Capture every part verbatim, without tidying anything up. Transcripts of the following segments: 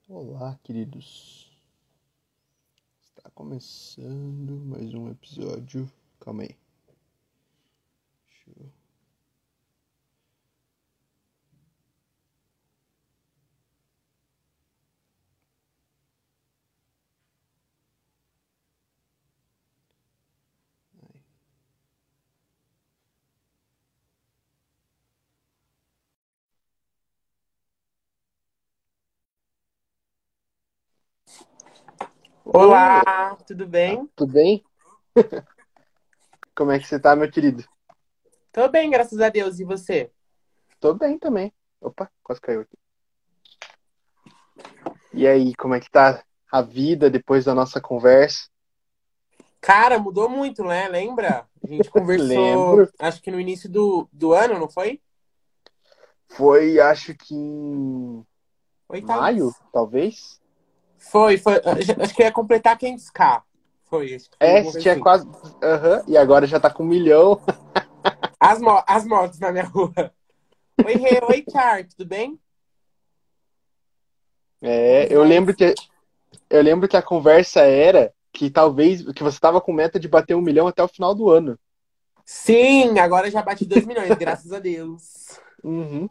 Olá, queridos. Está começando mais um episódio. Calma aí. Deixa eu... Aí. Ô, Olá, tudo ah, bem? tudo bem? Como é que você tá, meu querido? Tô bem, graças a Deus. E você? Tô bem também. Opa, quase caiu aqui. E aí, como é que tá a vida depois da nossa conversa? Cara, mudou muito, né? Lembra? A gente conversou, Lembro. acho que no início do, do ano, não foi? Foi, acho que em Oi, maio, Thaís. talvez. Foi, foi. Acho que eu ia completar quinhentos k. Foi, acho que foi É, alguma você coisa tinha assim. quase. Aham, e agora já tá com um milhão. As, mo as motos na minha rua. Oi, Rê. Oi, Char. Tudo bem? É, eu lembro Moisés. que Eu lembro que a conversa era que talvez que você estava com meta de bater um milhão até o final do ano. Sim, agora já bati dois milhões, graças a Deus. Uhum.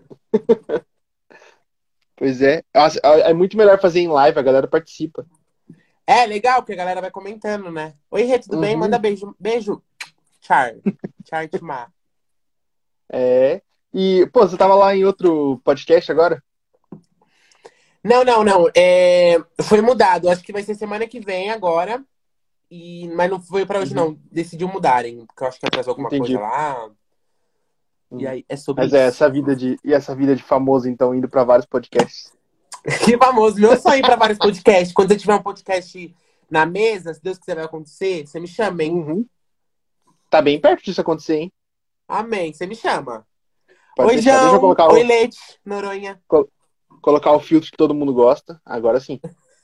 Pois é. Nossa, é muito melhor fazer em live, a galera participa. É, legal, porque a galera vai comentando, né? Oi, Rê, tudo bem? Manda Uhum. beijo. Beijo, Char. Char Timar. É. E, pô, você tava lá em outro podcast agora? Não, não, não. É, foi mudado. Acho que vai ser semana que vem agora. E... Mas não foi pra hoje, Uhum. não. Decidiu mudarem, porque eu acho que atrasou alguma coisa Entendi. lá. E Uhum. aí é sobre Mas é isso. essa vida de e essa vida de famoso então indo pra vários podcasts. Que famoso. Meu sonho pra vários podcasts. Quando você tiver um podcast na mesa, se Deus quiser vai acontecer, você me chama, hein? Uhum. Tá bem perto disso acontecer, hein? Amém. Você me chama. Pode Oi, deixar. Deixa eu João. colocar Oi, o Leite. Noronha. col- colocar o filtro que todo mundo gosta. Agora sim.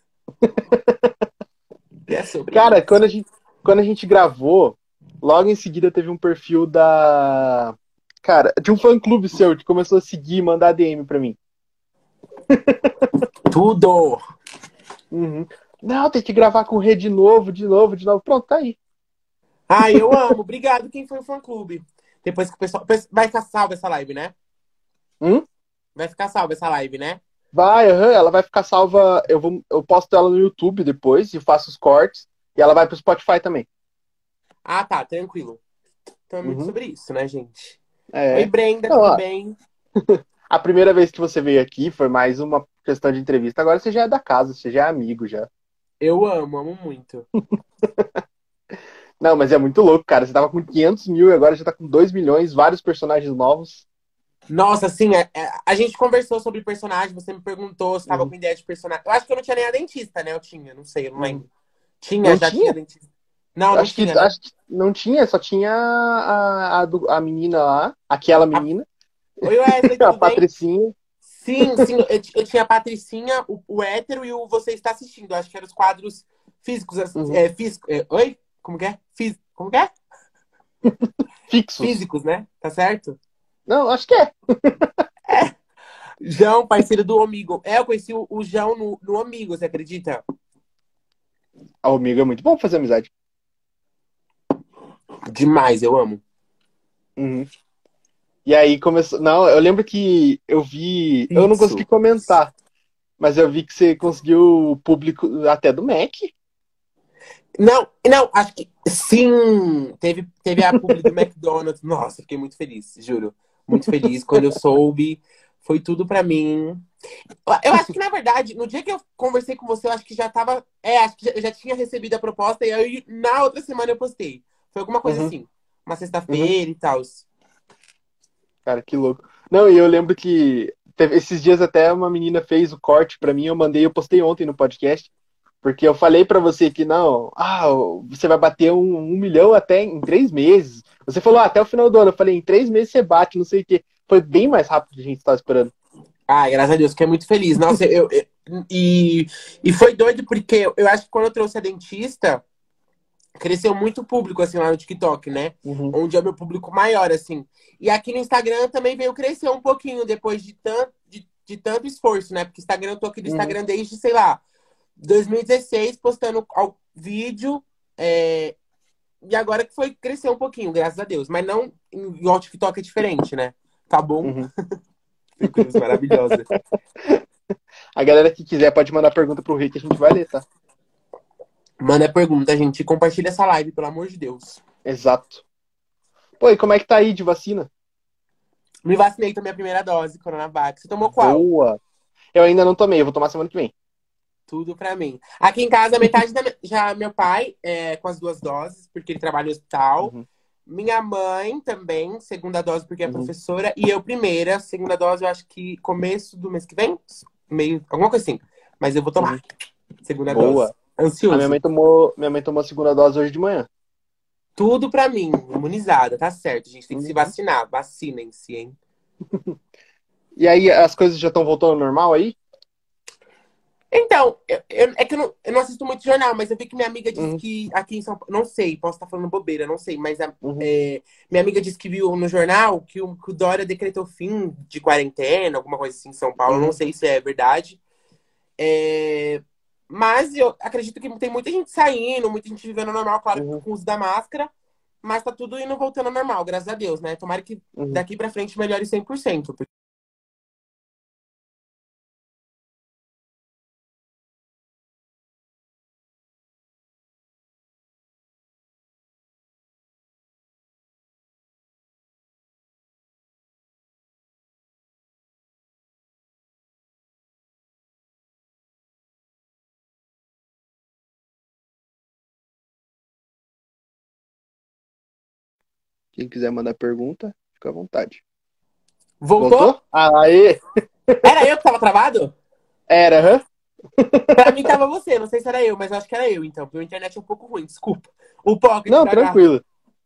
E é sobre Cara, isso. quando a gente, quando a gente gravou, logo em seguida teve um perfil da. Cara, de um fã-clube seu que começou a seguir e mandar D M pra mim. Tudo. Uhum. Não, tem que gravar com o Rê de novo, de novo, de novo. Pronto, tá aí. Ai, eu amo. Obrigado quem foi o fã-clube. Depois que o pessoal... Vai ficar salva essa live, né? Hum? Vai ficar salva essa live, né? Vai, aham, ela vai ficar salva. Eu, vou, eu posto ela no YouTube depois e faço os cortes. E ela vai pro Spotify também. Ah, tá, tranquilo. Então é muito Uhum. sobre isso, né, gente? Oi, É. Brenda, Não, tudo ó, bem? a primeira vez que você veio aqui foi mais uma questão de entrevista. Agora você já é da casa, você já é amigo já. Eu amo, amo muito. Não, mas é muito louco, cara. Você tava com quinhentos mil e agora já tá com dois milhões, vários personagens novos. Nossa, assim, é- é- a gente conversou sobre personagem, você me perguntou se tava Uhum, com ideia de personagem. Eu acho que eu não tinha nem a dentista, né? Eu tinha, não sei, eu não uhum. lembro. Tinha, Não já tinha tinha? dentista. Não, não Acho que, tinha, né? acho que não tinha, só tinha a, a, do- a menina lá, aquela A- menina, Oi, Wesley, a tudo bem? Patricinha. Sim, sim, eu, ti- eu tinha a Patricinha, o, o hétero e o Você Está Assistindo. Eu acho que eram os quadros físicos. Uhum. É, físico, é, oi? Como que é? Fís, como que é? Fixos. Físicos, né? Tá certo? Não, acho que é. É. João, parceiro do Omigo. É, eu conheci o, o João no, no Omigo, você acredita? A amigo é muito bom fazer amizade. Demais, eu amo. Uhum. E aí começou. Não, eu lembro que eu vi. Eu não consegui Fixo. comentar, mas eu vi que você conseguiu o público até do Mac. Não, não, acho que sim. Teve, teve a publi do McDonald's. Nossa, fiquei muito feliz, juro. Muito feliz. Quando eu soube, foi tudo pra mim. Eu acho que, na verdade, no dia que eu conversei com você, eu acho que já tava. É, acho que já, eu já tinha recebido a proposta e aí na outra semana eu postei. Foi alguma coisa Uhum, assim. Uma uhum. sexta-feira e tal. Cara, que louco. Não, e eu lembro que teve- esses dias até uma menina fez o corte pra mim, eu mandei, eu postei ontem no podcast, porque eu falei pra você que não, ah, você vai bater um, um milhão até em três meses. Você falou, ah, até o final do ano. Eu falei, em três meses você bate, não sei o quê. Foi bem mais rápido do que a gente estava esperando. Ai, graças a Deus, fiquei muito feliz. Nossa, eu, eu- e, e foi doido porque eu, eu acho que quando eu trouxe a dentista, cresceu muito o público, assim, lá no TikTok, né? Uhum, Onde é o meu público maior, assim. E aqui no Instagram também veio crescer um pouquinho depois de tanto. De, de tanto esforço, né? Porque Instagram, eu tô aqui no Uhum. Instagram desde, sei lá, dois mil e dezesseis, postando ao vídeo. É, e agora que foi crescer um pouquinho, graças a Deus. Mas não, igual o TikTok é diferente, né? Tá bom? Uhum. Meu Deus, maravilhosa. A galera que quiser pode mandar pergunta pro Rei que a gente vai ler, tá? Manda pergunta, gente. Compartilha essa live, pelo amor de Deus. Exato. Pô, e como é que tá aí de vacina? Me vacinei, tomei a primeira dose, Coronavac. Você tomou qual? Boa! Eu ainda não tomei, eu vou tomar semana que vem. Tudo pra mim. Aqui em casa, metade da. Já meu pai é com as duas doses, porque ele trabalha no hospital. Uhum. Minha mãe também, segunda dose, porque é Uhum. professora. E eu, primeira, segunda dose, eu acho que começo do mês que vem? Meio. Alguma coisa assim. Mas eu vou tomar. Uhum. Segunda Boa. dose. A minha Ansioso. mãe tomou, minha mãe tomou a segunda dose hoje de manhã. Tudo pra mim, imunizada, tá certo. A gente tem que se Uhum. vacinar. Vacinem-se, hein? E aí, as coisas já estão voltando ao normal aí? Então, eu, eu- é que eu não, eu não assisto muito jornal, mas eu vi que minha amiga disse Uhum. que aqui em São Paulo. Não sei, posso estar falando bobeira, não sei, mas a- Uhum. é, minha amiga disse que viu no jornal que o, que o Dória decretou fim de quarentena, alguma coisa assim em São Paulo. Eu não Uhum. sei se é verdade. É, mas eu acredito que tem muita gente saindo, muita gente vivendo normal, claro, Uhum. com o uso da máscara, mas tá tudo indo voltando ao normal, graças a Deus, né? Tomara que Uhum. daqui pra frente melhore cem por cento. Quem quiser mandar pergunta, fica à vontade. Voltou? Voltou? Aê! Era eu que tava travado? Era, hã? Pra mim tava você, não sei se era eu, mas eu acho que era eu, então, porque a internet é um pouco ruim, desculpa. O pocket Não, da gata. tranquilo.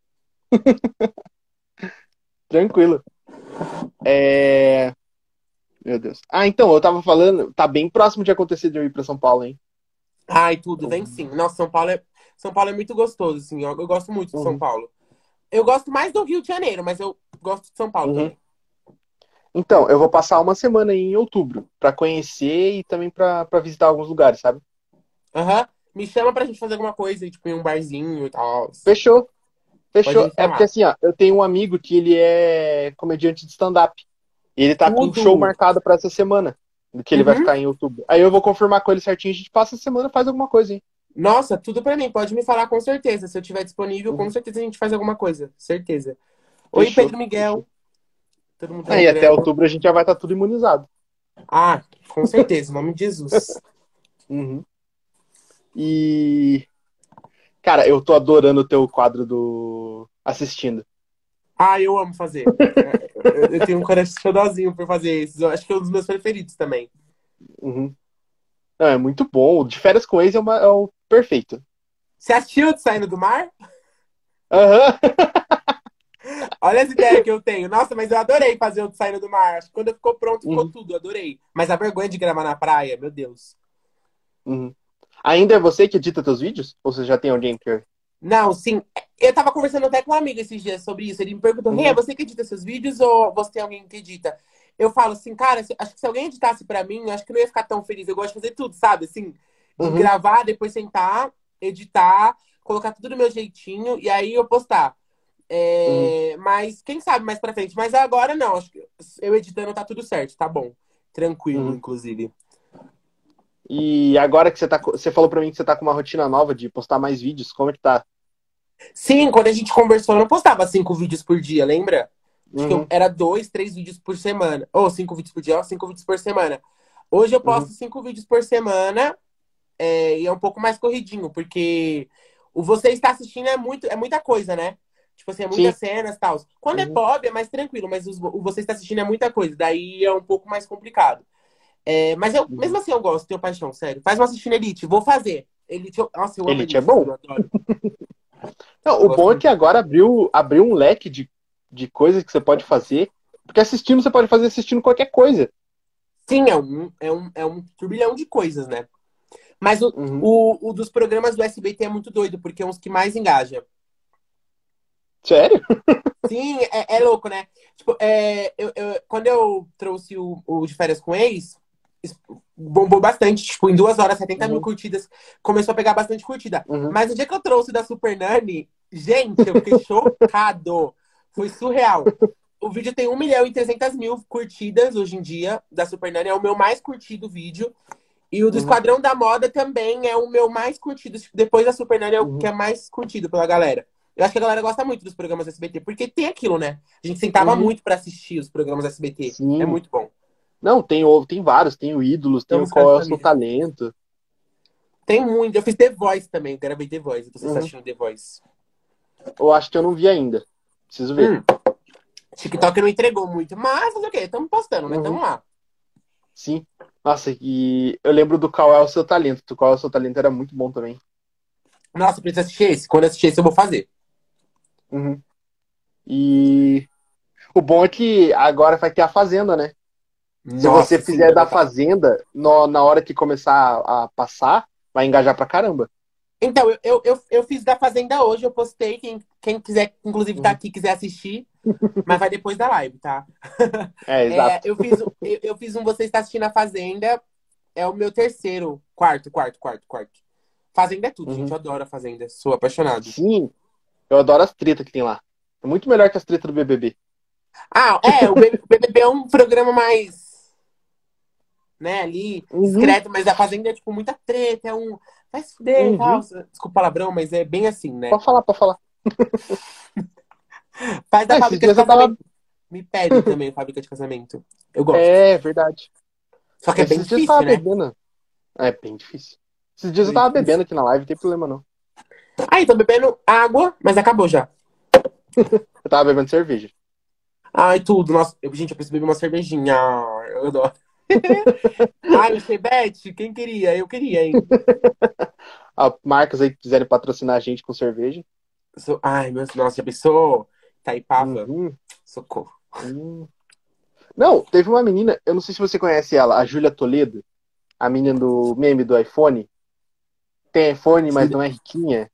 Tranquilo. É... Meu Deus. Ah, então, eu tava falando, tá bem próximo de acontecer de eu ir pra São Paulo, hein? Ai, tudo, vem Uhum. sim. Nossa, São Paulo é, São Paulo é muito gostoso, assim, eu, eu gosto muito de São Uhum. Paulo. Eu gosto mais do Rio de Janeiro, mas eu gosto de São Paulo Uhum. também. Então, eu vou passar uma semana aí em outubro pra conhecer e também pra pra visitar alguns lugares, sabe? Aham. Me chama pra gente fazer alguma coisa, tipo, em um barzinho e tal. Fechou, Pode fechou. me É porque chamar. assim, ó, eu tenho um amigo que ele é comediante de stand-up. E ele tá com um show Tudo! marcado pra essa semana, que ele vai Uhum. ficar em outubro. Aí eu vou confirmar com ele certinho, a gente passa a semana e faz alguma coisa, hein? Nossa, tudo pra mim, pode me falar com certeza. Se eu tiver disponível, com Uhum. certeza a gente faz alguma coisa. Certeza. Oi, Fechou, Pedro Miguel. fechou. Todo mundo Aí até entrando. outubro a gente já vai estar tudo imunizado. Ah, com certeza, em nome de Jesus. Uhum. E, cara, eu tô adorando o teu quadro do Assistindo. Ah, eu amo fazer. É, Eu eu tenho um coraçãozinho por fazer esses. Eu acho que é um dos meus preferidos também. Uhum. Não, é muito bom. O de férias com ex é, uma- é o perfeito. Você assistiu de Saindo do Mar? Aham. Olha as ideias que eu tenho. Nossa, mas eu adorei fazer o de Saindo do Mar. Acho que quando ficou pronto, ficou Uhum. tudo. Adorei. Mas a vergonha de gravar na praia, meu Deus. Uhum. Ainda é você que edita teus vídeos? Ou você já tem alguém que... Não, sim. Eu tava conversando até com um amigo esses dias sobre isso. Ele me perguntou: Rê, é Uhum. você que edita seus vídeos ou você tem alguém que edita? Eu falo assim, cara, se- acho que se alguém editasse pra mim, eu acho que eu não ia ficar tão feliz. Eu gosto de fazer tudo, sabe? Assim, de Uhum. gravar, depois sentar, editar, colocar tudo do meu jeitinho e aí eu postar. Uhum. É, mas quem sabe mais pra frente. Mas agora não, acho que eu editando tá tudo certo, tá bom. Tranquilo, Uhum. inclusive. E agora que você tá, co- você falou pra mim que você tá com uma rotina nova de postar mais vídeos, como é que tá? Sim, quando a gente conversou, eu não postava cinco vídeos por dia, lembra? Acho que eu, Uhum. era dois, três vídeos por semana. Ou cinco vídeos por dia, ou cinco vídeos por semana. Hoje eu Uhum. posto cinco vídeos por semana, é, e é um pouco mais corridinho, porque o você está assistindo é, muito, é muita coisa, né? Tipo assim, é Sim. muitas cenas e tal. Quando é Uhum. pop, é mais tranquilo, mas os- o você está assistindo é muita coisa. Daí é um pouco mais complicado. É, mas eu, Uhum. mesmo assim, eu gosto, tenho paixão, sério. Faz uma assistindo Elite, vou fazer. Elite, eu- nossa, eu amo Elite é Elite, bom. juro, adoro. Não, Eu o bom gosto é que muito. agora abriu, abriu um leque de, de coisas que você pode fazer. Porque assistindo, você pode fazer assistindo qualquer coisa. Sim, é um, é um, é um turbilhão de coisas, né? Mas o, Uhum. o, o dos programas do S B T é muito doido, porque é uns que mais engaja. Sério? Sim, é, é louco, né? Tipo, é, eu, eu- quando eu trouxe o, o De Férias com Ex, es- bombou bastante. Tipo, em duas horas, setenta mil Uhum, curtidas. Começou a pegar bastante curtida. uhum, Mas no dia que eu trouxe o da Super Nani, gente, eu fiquei chocado. Foi surreal. O vídeo tem um milhão e trezentas mil curtidas hoje em dia, da Super Nani. É o meu mais curtido vídeo. E o do uhum, Esquadrão da Moda também é o meu mais curtido. Tipo, depois da Super Nani é o que uhum, é mais curtido pela galera. Eu acho que a galera gosta muito dos programas S B T, porque tem aquilo, né? A gente sentava uhum. muito pra assistir os programas S B T. É Sim. muito bom. Não, tem, o- tem vários, tem o Ídolos, tem o Vamos ficar Qual de é o Seu família. Talento. Tem muito. Eu fiz The Voice também, gravei The Voice. Você está Uhum. assistindo The Voice. Eu acho que eu não vi ainda. Preciso ver. Hum, TikTok não entregou muito, mas fazer o quê? Estamos postando, né? Uhum. Tamo lá. Sim. Nossa, e eu lembro do Qual é o Seu Talento. Do Qual é o Seu Talento era muito bom também. Nossa, precisa assistir esse. Quando eu assistir esse, eu vou fazer. Uhum. E o bom é que agora vai ter a Fazenda, né? Se você Nossa, sim, fizer vai da voltar. Fazenda, no- na hora que começar a, a passar, vai engajar pra caramba. Então, eu, eu, eu, eu fiz da Fazenda hoje, eu postei. Quem, quem quiser, inclusive, tá Uhum. aqui, quiser assistir, mas vai depois da live, tá? É, É, exato. eu, fiz, eu, eu fiz um Você Está Assistindo a Fazenda. É o meu terceiro. Quarto, quarto, quarto, quarto. Fazenda é tudo, gente. Uhum. Eu adoro a Fazenda. Sou apaixonado. Sim, eu adoro as tretas que tem lá. É muito melhor que as tretas do B B B. Ah, é, o B B B é um programa mais, né, ali, Uhum, discreto, mas a Fazenda é, tipo, muita treta, é um. Vai se fuder e tal. uhum. Desculpa o palavrão, mas é bem assim, né? Pode falar, pode falar. Faz da Ah, esses fábrica de dias eu casamento. tava. Me pedem também fábrica de casamento. Eu gosto. É, verdade. Só que é bem Esses dias eu tava difícil, né? bebendo. É bem difícil. Esses dias eu Bem tava difícil. bebendo aqui na live, não tem problema não. Aí, tô bebendo água, mas acabou já. Eu tava bebendo cerveja. Ai, tudo. Nossa, eu, gente, eu preciso beber uma cervejinha. Ai, eu adoro. Ai, o Chevette, quem queria? Eu queria, hein? Ah, marcas aí que quiserem patrocinar a gente com cerveja. Sou- Ai, meu Deus, nossa, já pensou? Taipava? Uhum, Socorro. uhum. Não, teve uma menina, eu não sei se você conhece ela, a Júlia Toledo, a menina do meme do iPhone. Tem iPhone, mas Júlia. não é riquinha.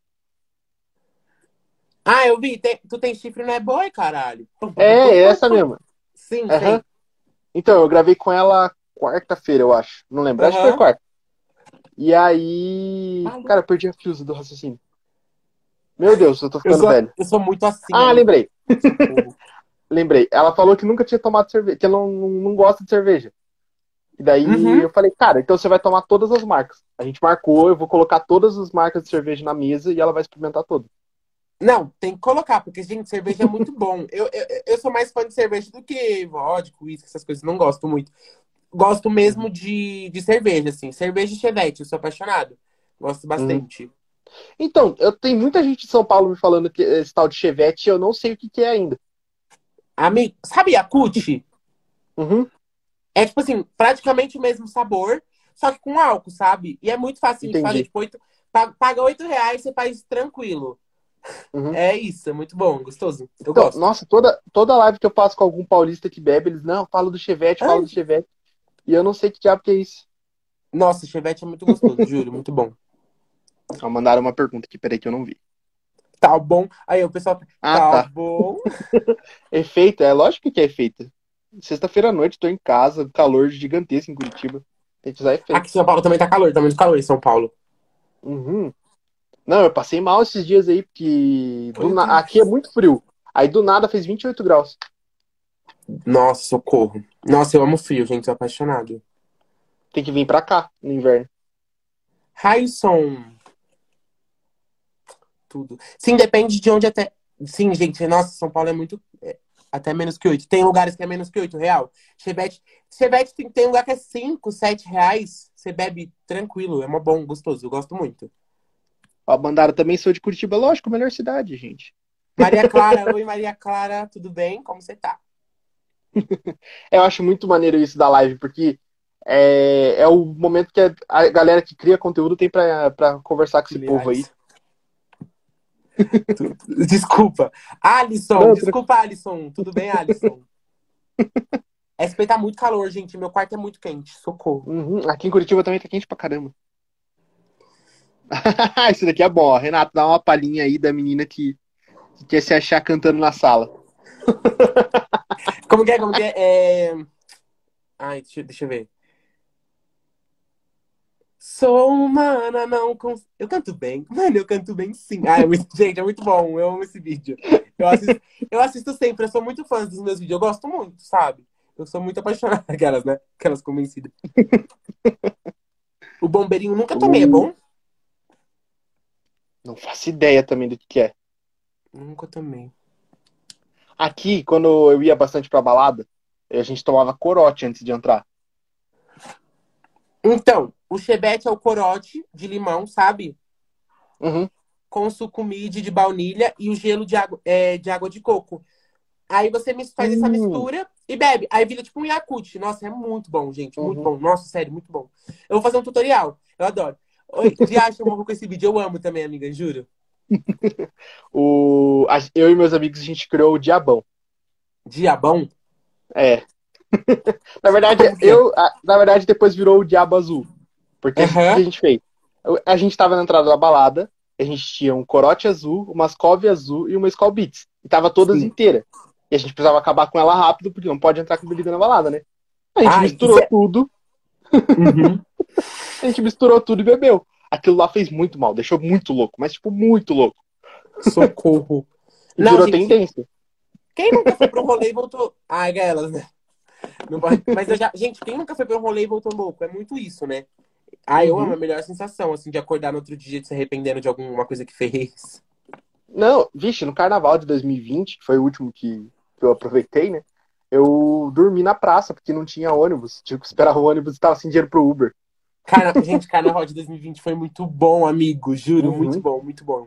Ah, eu vi. Tem- tu tem chifre, não é boi, caralho. Pum, pum, pum, É, pum, é pum, essa pum. mesmo. Sim, Aham. sei. Então, eu gravei com ela quarta-feira, eu acho. Não lembro, acho que foi Aham. quarta. E aí. Cara, Maluco. eu perdi a fuse do raciocínio. Meu Deus, eu tô Eu ficando sou, velho. eu sou muito assim, Ah, amigo. lembrei. Socorro. Lembrei. Ela falou que nunca tinha tomado cerveja, que ela não, não, não gosta de cerveja. E daí Uhum. eu falei, cara, então você vai tomar todas as marcas. A gente marcou, eu vou colocar todas as marcas de cerveja na mesa e ela vai experimentar todas. Não, tem que colocar, porque, gente, cerveja é muito bom. Eu, eu, eu sou mais fã de cerveja do que vodka, uísque, essas coisas. Não gosto muito. Gosto mesmo Uhum. de, de cerveja, assim. Cerveja e chevette, eu sou apaixonado. Gosto Uhum. bastante. Então, eu tenho muita gente de São Paulo me falando que esse tal de Chevette, eu não sei o que, que é ainda. Amigo, sabe Yakult? Uhum. É, tipo assim, praticamente o mesmo sabor, só que com álcool, sabe? E é muito fácil de fazer. Entendi. Tipo, oito, pa- paga oito reais, você faz tranquilo. Uhum. É isso, é muito bom, gostoso. Eu Então, gosto. nossa, toda, toda live que eu faço com algum paulista que bebe, eles, não, fala do Chevette, fala Ai, do Chevette. E eu não sei que diabo que é isso. nossa, chevette é muito gostoso, juro, muito bom. Ó, mandaram uma pergunta aqui, peraí que eu não vi. Tá bom. Aí o pessoal, Ah, tá tá. bom. Efeito, é lógico que é efeito. Sexta-feira à noite, tô em casa, calor gigantesco em Curitiba. Tem que usar Aqui efeito. em São Paulo também tá calor, tá muito calor em São Paulo. Uhum. Não, eu passei mal esses dias aí, porque do Meu na... aqui é Deus. muito frio. Aí do nada fez vinte e oito graus. Nossa, socorro. Nossa, eu amo frio, gente, sou apaixonado. Tem que vir pra cá no inverno. Railson, tudo. Sim, depende de onde até. Sim, gente, nossa, São Paulo é muito. é, até menos que oito. Tem lugares que é menos que oito real. Chevette, Chevette tem, tem lugar que é cinco, sete reais. Você bebe tranquilo, é mó bom, gostoso. Eu gosto muito. Ó, mandaram também, sou de Curitiba, lógico, melhor cidade, gente. Maria Clara, oi Maria Clara, tudo bem? Como você tá? Eu acho muito maneiro isso da live, porque é, é o momento que a, a galera que cria conteúdo tem pra, pra conversar com esse povo aí. Filiais. Tu- Desculpa. Alisson, Não, tra- desculpa, Alisson. Tudo bem, Alisson? S P tá muito calor, gente. Meu quarto é muito quente. Socorro. Uhum, aqui em Curitiba também tá quente pra caramba. Isso daqui é bom, ó. Renato, dá uma palhinha aí da menina que que quer se achar cantando na sala. Como que é? Como que é? É... Ai, deixa, deixa eu ver. Sou humana, não cons... Eu canto bem. Mano, eu canto bem sim. Ah, é muito... Gente, é muito bom. Eu amo esse vídeo. Eu assisto, eu assisto sempre. Eu sou muito fã dos meus vídeos. Eu gosto muito, sabe? Eu sou muito apaixonada. Aquelas, né? Aquelas convencidas. O bombeirinho nunca tomei, é Uh, bom? não faço ideia também do que que é. Nunca tomei. Aqui, quando eu ia bastante pra balada, a gente tomava corote antes de entrar. Então, o chebette é o corote de limão, sabe? Uhum. Com sucumide de baunilha e o gelo de água, é, de água de coco. Aí você mis- faz essa Hum, mistura e bebe. Aí vira tipo um Yakult. Nossa, é muito bom, gente. Muito uhum. bom. Nossa, sério, muito bom. Eu vou fazer um tutorial. Eu adoro. Oi, viagem, eu morro com esse vídeo. Eu amo também, amiga, juro. O, a- eu e meus amigos, a gente criou o Diabão. Diabão? É. Na verdade, Como que é? eu, a- na verdade, depois virou o Diabo Azul. Porque o que Aham. a gente fez? Eu- A gente tava na entrada da balada, a gente tinha um corote azul, uma Ascov azul e uma Skol Beats. E tava todas Sim. inteiras. E a gente precisava acabar com ela rápido, porque não pode entrar com bebida na balada, né? A gente Ai, isso misturou é. tudo, Uhum. a gente misturou tudo e bebeu. Aquilo lá fez muito mal, deixou muito louco, mas tipo, muito louco. Socorro. E Não, virou gente, tendência. quem nunca foi pra um rolê e voltou. Ai, elas, né? Não pode... Mas eu já. Gente, quem nunca foi pra um rolê e voltou louco? É muito isso, né? Ah, eu amo Uhum. a melhor sensação, assim, de acordar no outro dia, de se arrependendo de alguma coisa que fez. Não, vixe, no carnaval de dois mil e vinte, que foi o último que, que eu aproveitei, né? Eu dormi na praça, porque não tinha ônibus. Tive que esperar o ônibus e tava sem dinheiro pro Uber. Carna... Gente, Carnaval de dois mil e vinte foi muito bom, amigo. Juro, muito Uhum. bom, muito bom.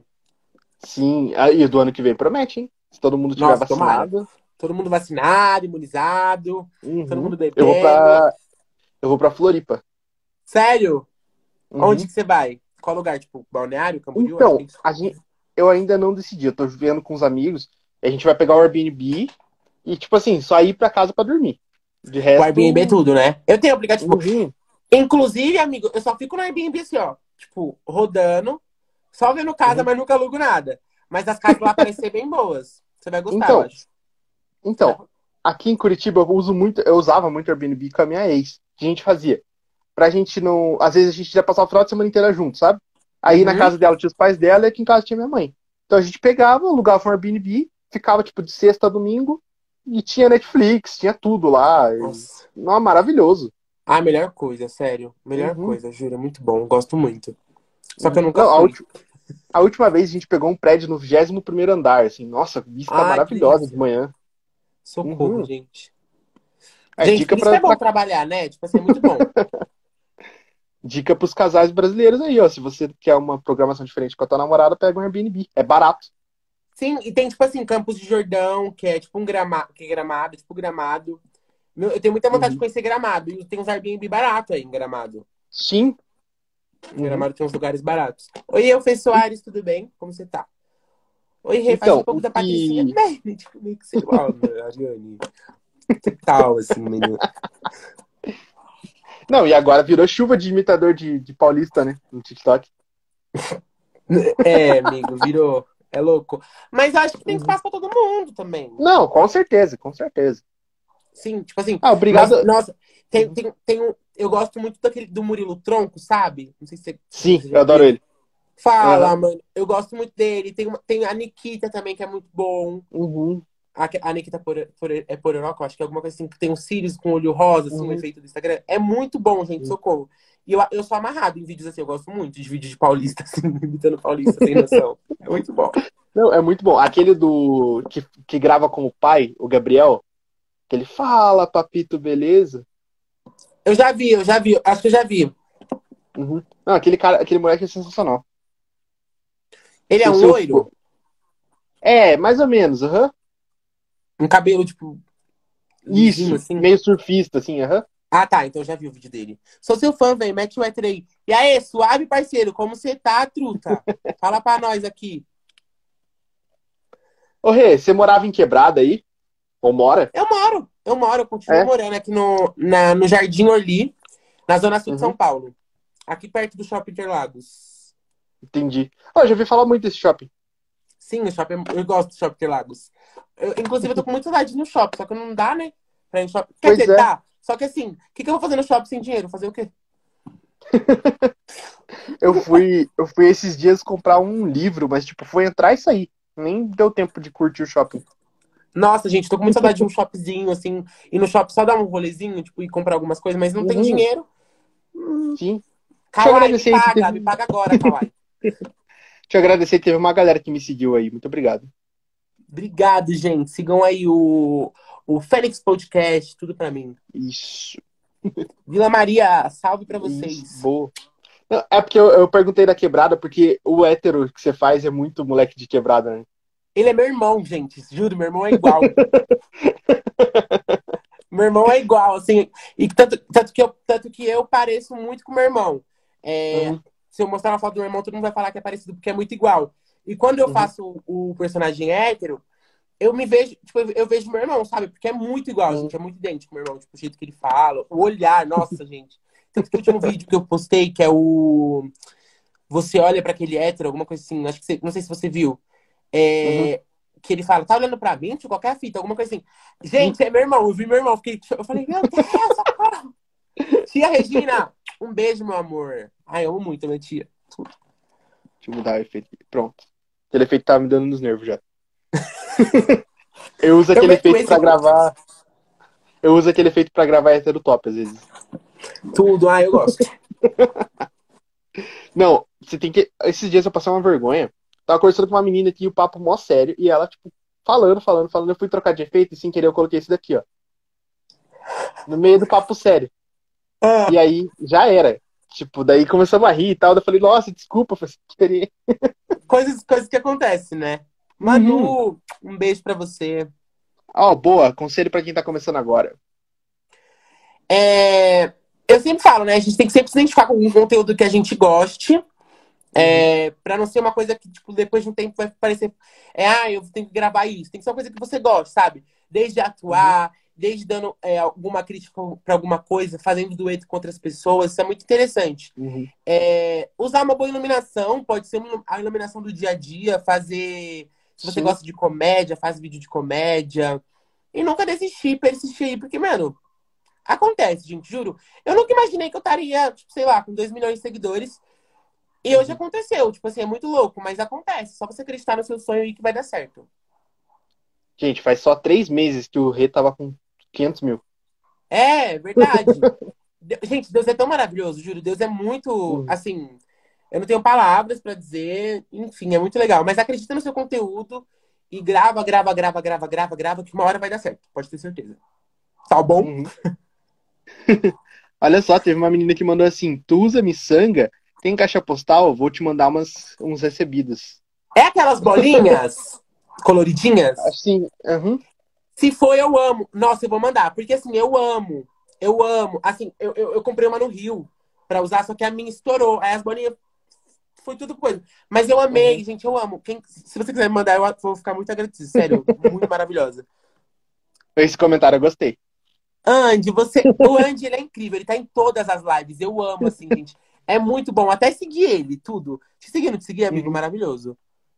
Sim, aí do ano que vem promete, hein? Se todo mundo tiver Nossa, tomara. vacinado. Todo mundo vacinado, imunizado, todo Uhum. mundo Eu vou bebendo. pra. Eu vou pra Floripa. Sério? Onde Uhum. que você vai? Qual lugar? Tipo, Balneário, Camboriú? Acho que é Então, isso. a gente, eu ainda não decidi. Eu tô vendo com os amigos. A gente vai pegar o Airbnb e, tipo assim, só ir pra casa pra dormir. De O Airbnb é resto. tudo, né? Eu tenho aplicativo. Uhum. Inclusive, amigo, eu só fico no Airbnb assim, ó. Tipo, rodando, só vendo casa, Uhum. mas nunca alugo nada. Mas as casas lá parecem ser bem boas. Você vai gostar, eu Então, acho. Você vai... então, aqui em Curitiba eu uso muito, eu usava muito Airbnb com a minha ex. O que a gente fazia? Pra gente não. Às vezes a gente ia passar o final de semana inteira junto, sabe? Aí na Uhum. casa dela tinha os pais dela e aqui em casa tinha minha mãe. Então a gente pegava, alugava um Airbnb, ficava tipo de sexta a domingo e tinha Netflix, tinha tudo lá. E... Nossa. Não, maravilhoso. Ah, melhor coisa, sério. Melhor Uhum, coisa, juro. É muito bom. Gosto muito. Só que eu uhum. nunca Não, a, fui. ulti- a última vez a gente pegou um prédio no vigésimo primeiro andar, assim, nossa, vista Ai, que maravilhosa de delícia. manhã. Socorro, Uhum. gente. É Gente, dica por isso que para é bom trabalhar, né? Tipo assim, é muito bom. dica pros casais brasileiros aí, ó. Se você quer uma programação diferente com a tua namorada, pega um Airbnb. É barato. Sim, e tem, tipo assim, Campos de Jordão, que é tipo um gramado, que é gramado, tipo Gramado. Meu, eu tenho muita vontade de Uhum. conhecer Gramado. E tem uns Airbnb barato aí em Gramado. Sim. Em Uhum. Gramado tem uns lugares baratos. Oi, eu, Fê Soares, tudo bem? Como você tá? Oi, Rê, faz um Então, pouco o da Patricinha. que. Bem, tipo, meio que sei lá, né, Ariane. Que tal, assim, menino? Não, e agora virou chuva de imitador de, de paulista, né? No TikTok. É, amigo, virou. É louco. Mas acho que tem Uhum. espaço pra todo mundo também. Não, com certeza, com certeza. Sim, tipo assim. Ah, Mas, obrigado. nossa, tem, Uhum. tem, tem um. Eu gosto muito daquele do Murilo Tronco, sabe? Não sei se você, se Sim, você eu já adoro viu. ele. Aham. Fala, mano. Eu gosto muito dele. Tem, uma, tem a Nikita também, que é muito bom. Uhum. A, a Nikita Pore- Pore- é Pororoca, eu acho que é alguma coisa assim, que tem um cílios com olho rosa, assim, um Uhum. efeito do Instagram. É muito bom, gente, Uhum. socorro. E eu, eu sou amarrado em vídeos assim, eu gosto muito de vídeos de paulista, assim, imitando paulista sem noção. É muito bom. Não, é muito bom. Aquele do que, que grava com o pai, o Gabriel, que ele fala, papito, beleza? Eu já vi, eu já vi, acho que eu já vi. Uhum. Não, aquele cara, aquele moleque é sensacional. Ele é Se, um se eu loiro, for... É, mais ou menos, aham. um cabelo, tipo, lisinho, Isso, assim. meio surfista, assim, aham. Ah, tá, então eu já vi o vídeo dele. Sou seu fã, velho, mete o hétero aí. E aí, suave, parceiro, como você tá, truta? Fala pra nós aqui. Ô, Rê, você morava em Quebrada aí? Ou mora? Eu moro, eu moro, eu continuo É? morando aqui no, na, no Jardim Orly, na Zona Sul de São Uhum, Paulo. Aqui perto do Shopping Interlagos. entendi. Ó, eu já ouvi falar muito desse shopping. Sim, o shopping, é- eu gosto do shopping Interlagos. Eu, inclusive, eu tô com muita saudade de ir no shopping, só que não dá, né? Pra ir no shopping. Quer Pois dizer, é, dá. Só que assim, o que, que eu vou fazer no shopping sem dinheiro? Fazer o quê? eu fui, eu fui esses dias comprar um livro, mas tipo, foi entrar e sair. Nem deu tempo de curtir o shopping. Nossa, gente, tô com muita saudade de um shopzinho, assim, ir no shopping só dar um rolezinho, tipo, e comprar algumas coisas, mas não tem Uhum, dinheiro. Hum. sim. Deixa eu Kawaii, me agradecer aí que paga, teve. me paga agora, Kawaii. Deixa eu agradecer que teve uma galera que me seguiu aí. Muito obrigado. Obrigado, gente. Sigam aí o, o Fênix Podcast, tudo pra mim. Isso, Vila Maria, salve pra isso, vocês. boa. Não, é porque eu, eu perguntei da quebrada, porque o hétero que você faz é muito moleque de quebrada, né? Ele é meu irmão, gente. Juro, meu irmão é igual. Meu irmão é igual, assim. E tanto, tanto, que eu, tanto que eu pareço muito com meu irmão. É, Uhum, se eu mostrar uma foto do meu irmão, todo mundo vai falar que é parecido, porque é muito igual. E quando eu uhum, faço o, o personagem hétero, eu me vejo, tipo, eu vejo meu irmão, sabe? Porque é muito igual, uhum. gente. É muito idêntico, meu irmão. Tipo, o jeito que ele fala, o olhar, nossa, gente. Tanto que o último vídeo que eu postei, que é o. Você olha pra aquele hétero, alguma coisa assim, acho que você, não sei se você viu. Uhum. É, que ele fala, tá olhando pra mim? Tipo, qualquer fita, alguma coisa assim. Sim. Gente, é meu irmão, eu vi meu irmão, fiquei, eu falei, meu Deus, socorro! Tia Regina, um beijo, meu amor. Ai, eu amo muito a minha tia. Deixa eu mudar o efeito. Pronto. Aquele efeito tá me dando nos nervos já. Eu uso Eu aquele meto efeito esse pra gravar. Eu uso aquele efeito pra gravar hétero top, às vezes. tudo, ai, eu gosto. Não, você tem que. Esses dias eu passei uma vergonha. Tava conversando com uma menina aqui, o papo mó sério, e ela, tipo, falando, falando, falando. Eu fui trocar de efeito e sem querer eu coloquei esse daqui, ó. No meio do papo sério. E Ah, aí já era. Tipo, daí começamos a rir e tal. Daí eu falei, nossa, desculpa, foi sem querer. coisas, coisas que acontecem, né? Uhum. Manu, um beijo pra você. Ó, boa, conselho pra quem tá começando agora. É, eu sempre falo, né? A gente tem que sempre se identificar com algum conteúdo que a gente goste. Uhum, É, pra não ser uma coisa que, tipo, depois de um tempo vai parecer. É, ah, eu tenho que gravar isso. Tem que ser uma coisa que você gosta, sabe? Desde uhum, atuar, desde dando é, alguma crítica pra alguma coisa, fazendo dueto com outras pessoas. Isso é muito interessante. uhum. É, usar uma boa iluminação, pode ser uma- a iluminação do dia a dia, fazer. Se você Sim. gosta de comédia, faz vídeo de comédia. E nunca desistir, persistir aí, porque, mano, acontece, gente, juro. Eu nunca imaginei que eu estaria, tipo, sei lá, com dois milhões de seguidores. E hoje Uhum. aconteceu, tipo assim, é muito louco, mas acontece. Só você acreditar no seu sonho aí que vai dar certo. Gente, faz só três meses que o Rê tava com quinhentos mil. É, verdade. De- Gente, Deus é tão maravilhoso, juro. Deus é muito, Uhum. assim, eu não tenho palavras pra dizer, enfim, é muito legal. Mas acredita no seu conteúdo e grava, grava, grava, grava, grava, grava, que uma hora vai dar certo, pode ter certeza. Tá bom? Uhum. Olha só, teve uma menina que mandou assim: Tu usa miçanga? Tem caixa postal? Vou te mandar umas, uns recebidos. É aquelas bolinhas coloridinhas? Assim, uhum, Se for, eu amo. Nossa, eu vou mandar, porque assim, eu amo. Eu amo. Assim, eu, eu, eu comprei uma no Rio pra usar, só que a minha estourou. Aí as bolinhas foi tudo coisa. Mas eu uhum. amei, gente, eu amo. Quem, se você quiser me mandar, eu vou ficar muito agradecido. Sério, muito maravilhosa. Esse comentário eu gostei. Andy, você. O Andy, ele é incrível, ele tá em todas as lives. Eu amo, assim, gente. É muito bom. Até seguir ele, tudo. Te seguir, não te seguir, amigo? Uhum. Maravilhoso.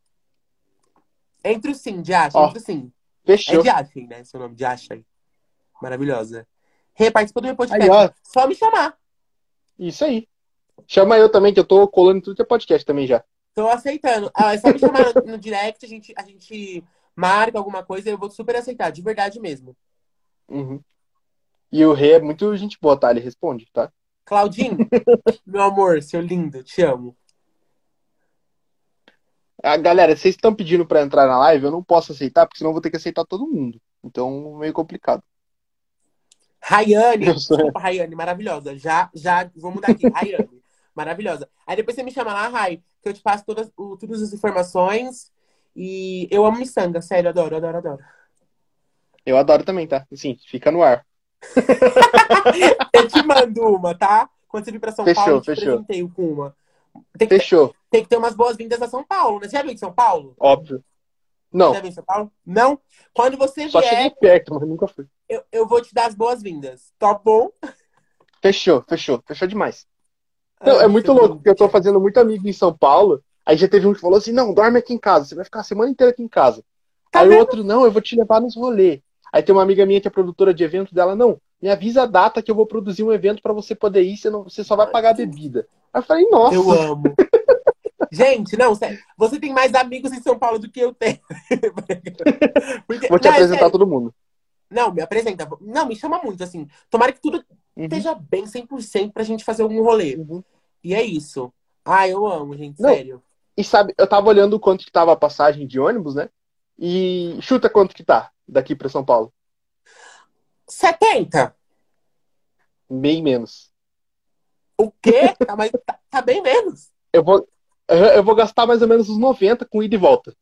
Entre o sim, de Asha, Ó, entre o sim. É de fechou. Asha, né? Seu nome, de Asha. Maravilhosa. Rê, participa do meu Aí, podcast. ó, Só me chamar. isso aí. Chama eu também, que eu tô colando em tudo que é podcast também já. Tô aceitando. Ah, é só me chamar no, no direct, a gente, a gente marca alguma coisa e eu vou super aceitar, de verdade mesmo. Uhum. E o Rê é muito gente boa, tá? Ele responde, tá? Claudinho, meu amor, seu lindo, te amo. Ah, galera, vocês estão pedindo pra entrar na live, eu não posso aceitar, porque senão eu vou ter que aceitar todo mundo. Então, meio complicado. Eu Rayane, sou... desculpa, Rayane, maravilhosa. Já, já, vou mudar aqui. Rayane, maravilhosa. Aí depois você me chama lá, Ray, que eu te passo todas, o, todas as informações. E eu amo miçanga, sério, adoro, adoro, adoro. eu adoro também, tá? Assim, fica no ar. Eu te mando uma, tá? Quando você vir pra São Paulo, eu Fechou, te fechou. presenteio com uma. Tem que ter, Fechou. tem que ter umas boas-vindas a São Paulo, né? Você já veio em São Paulo? Óbvio. Já Não, veio em São Paulo? Não? Quando você só cheguei vier, perto, mas nunca fui. eu, eu vou te dar as boas-vindas. Tá bom? Fechou, fechou, fechou demais. Não, é Andy, muito seu louco, lindo, porque eu te tô amo. fazendo muito amigo em São Paulo. Aí já teve um que falou assim, não, dorme aqui em casa, você vai ficar a semana inteira aqui em casa. Tá Aí o vendo? outro, não, eu vou te levar nos rolês. Aí tem uma amiga minha que é produtora de evento dela, não, me avisa a data que eu vou produzir um evento pra você poder ir, você, não, você só vai pagar a bebida. Aí eu falei, Eu nossa. amo. Gente, não, sério, você tem mais amigos em São Paulo do que eu tenho. Porque, Vou te não, é apresentar sério. todo mundo. Não, me apresenta. Não, me chama muito, assim. Tomara que tudo Uhum, esteja bem cem por cento pra gente fazer algum rolê. uhum. E é isso. Ah, eu amo, gente, Não, sério. e sabe, eu tava olhando quanto que tava a passagem de ônibus, né? E chuta quanto que tá daqui pra São Paulo. Setenta. Bem menos. O quê? Tá, mas tá, tá bem menos. Eu vou, eu vou gastar mais ou menos uns noventa com ida e volta.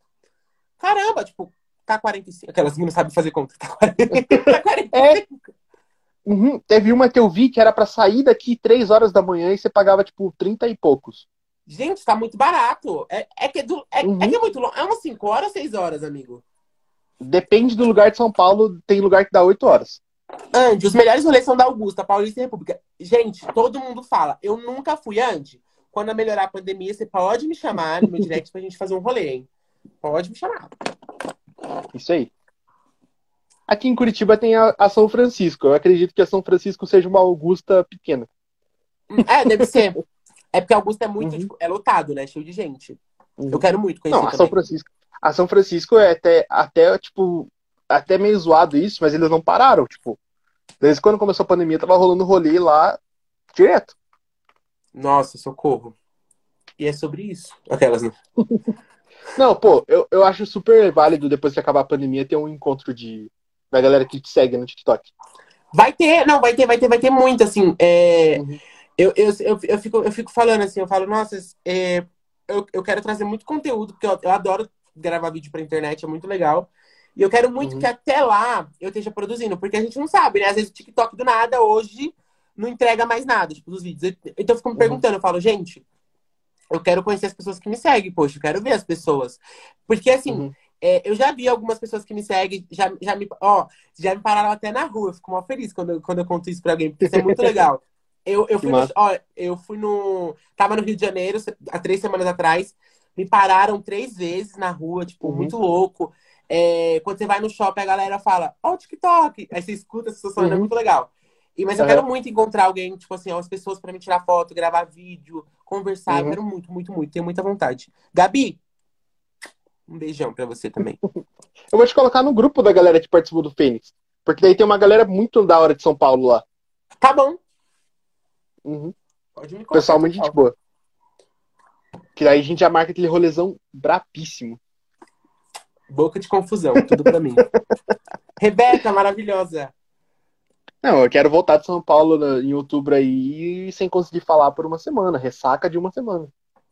Caramba, tipo, tá quarenta e cinco. Aquelas que não sabem fazer conta. Tá quarenta, tá É, quarenta e cinco. uhum, teve uma que eu vi que era pra sair daqui três horas da manhã e você pagava, tipo, trinta e poucos. Gente, tá muito barato. É, é, que, é, do- é, é que Uhum. é muito longo. É umas cinco horas, seis horas, amigo. Depende do lugar de São Paulo, tem lugar que dá oito horas. Andy, os melhores rolês são da Augusta, Paulista e República. Gente, todo mundo fala. Eu nunca fui, Andy. Quando melhorar a pandemia, você pode me chamar no meu direct pra gente fazer um rolê, hein? Pode me chamar. Isso aí. Aqui em Curitiba tem a, a São Francisco. Eu acredito que a São Francisco seja uma Augusta pequena. Hum, É, deve ser. É porque Augusta é muito, Uhum, tipo, é lotado, né? Cheio de gente. Eu uhum. quero muito Não, conhecer a São também. Francisco. A São Francisco é até, até, tipo, até meio zoado isso, mas eles não pararam. Tipo, desde quando começou a pandemia, tava rolando rolê lá direto. Nossa, socorro. E é sobre isso. Aquelas, né? Não, pô, eu, eu acho super válido depois que acabar a pandemia ter um encontro de da galera que te segue no TikTok. Vai ter, não, vai ter, vai ter, vai ter muito, assim. É, Uhum, eu, eu, eu, eu, fico, eu fico falando assim, eu falo, nossa, é, eu, eu quero trazer muito conteúdo, porque eu, eu adoro gravar vídeo pra internet, é muito legal. E eu quero muito que uhum, até lá eu esteja produzindo, porque a gente não sabe, né? Às vezes o TikTok do nada hoje não entrega mais nada, tipo, dos vídeos. Então eu fico me uhum, perguntando, eu falo, gente, eu quero conhecer as pessoas que me seguem, poxa, eu quero ver as pessoas. Porque, assim, uhum. é, eu já vi algumas pessoas que me seguem, já, já, me, ó, já me pararam até na rua. Eu fico mó feliz quando, eu- quando eu conto isso pra alguém, porque isso é muito legal. Eu, eu Que fui no. massa. Ó, eu fui no. Tava no Rio de Janeiro há três semanas atrás. Me pararam três vezes na rua, tipo, Uhum, muito louco. É, quando você vai no shopping, a galera fala, ó, o TikTok. Aí você escuta essa situação, é uhum, muito legal. E, mas eu quero aham, muito encontrar alguém, tipo assim, ó, as pessoas pra me tirar foto, gravar vídeo, conversar. Eu uhum. quero muito, muito, muito. Tenho muita vontade. Gabi, um beijão pra você também. Eu vou te colocar no grupo da galera que participou do Fênix. Porque daí tem uma galera muito da hora de São Paulo lá. Tá bom, Uhum. pode me colocar Pessoal muito gente total. boa. Que daí a gente já marca aquele rolezão brapíssimo. Boca de confusão, tudo pra mim. Rebeca, maravilhosa. Não, eu quero voltar de São Paulo na- em outubro aí sem conseguir falar por uma semana. Ressaca de uma semana.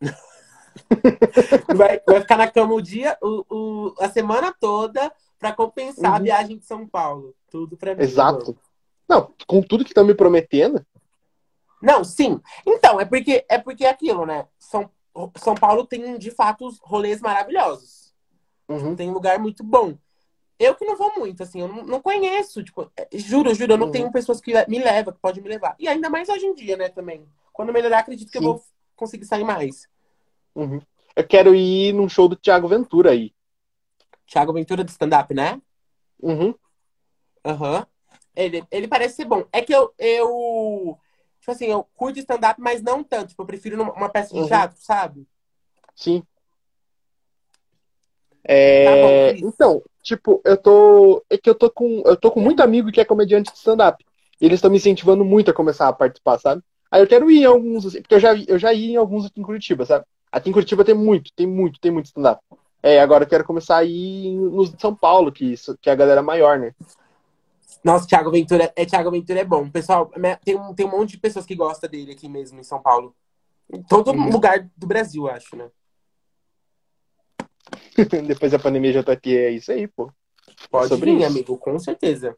Vai, vai ficar na cama o dia, o, o- a semana toda pra compensar a Uhum. viagem de São Paulo. Tudo pra mim, eu amo. Exato. Não, com tudo que estão me prometendo. Não, sim. Então, é porque é porque é aquilo, né? São, São Paulo tem, de fato, os rolês maravilhosos. Tipo, Uhum, tem um lugar muito bom. Eu que não vou muito, assim, eu não, não conheço. Tipo, é, juro, juro, eu não uhum, tenho pessoas que me levam, que podem me levar. E ainda mais hoje em dia, né, também. Quando melhorar, acredito que eu sim. vou conseguir sair mais. Uhum. Eu quero ir num show do Thiago Ventura aí. Thiago Ventura do stand-up, né? Uhum, Aham. Ele, ele parece ser bom. É que eu, eu, tipo assim, eu curto stand-up, mas não tanto. Tipo, eu prefiro numa- uma peça de uhum, teatro, sabe? sim. Tá bom, É, Cris. então, tipo, eu tô. É que eu tô com. Eu tô com muito amigo que é comediante de stand-up. E eles estão me incentivando muito a começar a participar, sabe? Aí eu quero ir em alguns, assim, porque eu já, eu já ia em alguns aqui em Curitiba, sabe? Aqui em Curitiba tem muito, tem muito, tem muito stand-up. É, agora eu quero começar a ir nos de São Paulo, que, isso- que é a galera maior, né? Nossa, Thiago Ventura, é, Thiago Ventura é bom. Pessoal, me- tem um, tem um monte de pessoas que gostam dele aqui mesmo, em São Paulo. Em todo Uhum. lugar do Brasil, acho, né? Depois da pandemia já tá aqui, é isso aí, pô. É Pode sobre vir, isso. amigo, com certeza.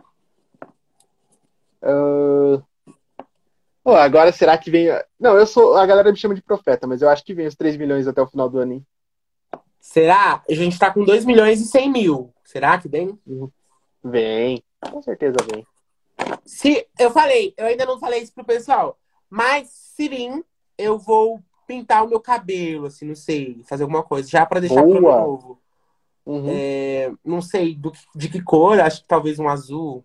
Ah, pô, agora será que vem. Não, eu sou. A galera me chama de profeta, mas eu acho que vem os três milhões até o final do ano, hein? Será? A gente tá com dois milhões e cem mil. Será que vem? Uhum. Vem. Com certeza vem. Se eu falei, eu ainda não falei isso pro pessoal, mas se vir, eu vou. pintar o meu cabelo, assim, não sei, fazer alguma coisa, já pra deixar pro ano Boa. novo. Uhum. É, não sei do, que- de que cor, acho que talvez um azul,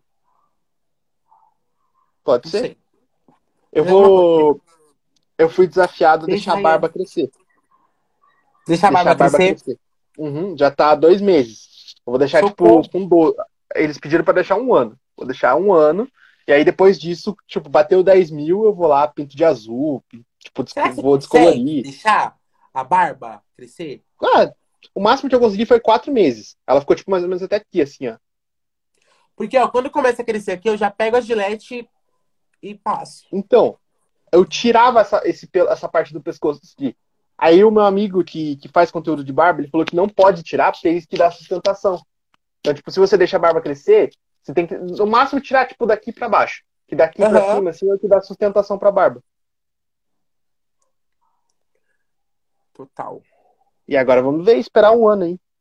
Pode não ser. sei. Eu Fazer alguma coisa. vou. Eu fui desafiado a deixar a Deixa, barba crescer. deixar a Deixar a barba barba crescer. crescer. Uhum. Já tá há dois meses. Eu vou deixar, tipo, Socorro. com do... Eles pediram pra deixar um ano. Vou deixar um ano. E aí, depois disso, tipo, bateu dez mil, eu vou lá, pinto de azul, pinto, tipo, Será que desco- você vou consegue descolorir. deixar a barba crescer? Ah, o máximo que eu consegui foi quatro meses. Ela ficou, tipo, mais ou menos até aqui, assim, ó. Porque, ó, quando começa a crescer aqui, eu já pego a gilete e passo. Então, eu tirava essa, esse, pelo- essa parte do pescoço aqui. Aí o meu amigo que, que faz conteúdo de barba, ele falou que não pode tirar, porque é isso que dá sustentação. Então, tipo, se você deixa a barba crescer, você tem que, no máximo, tirar, tipo, daqui pra baixo. Que daqui pra Aham. cima, assim, é o que dá sustentação pra barba. Total. E agora vamos ver, esperar um ano, hein?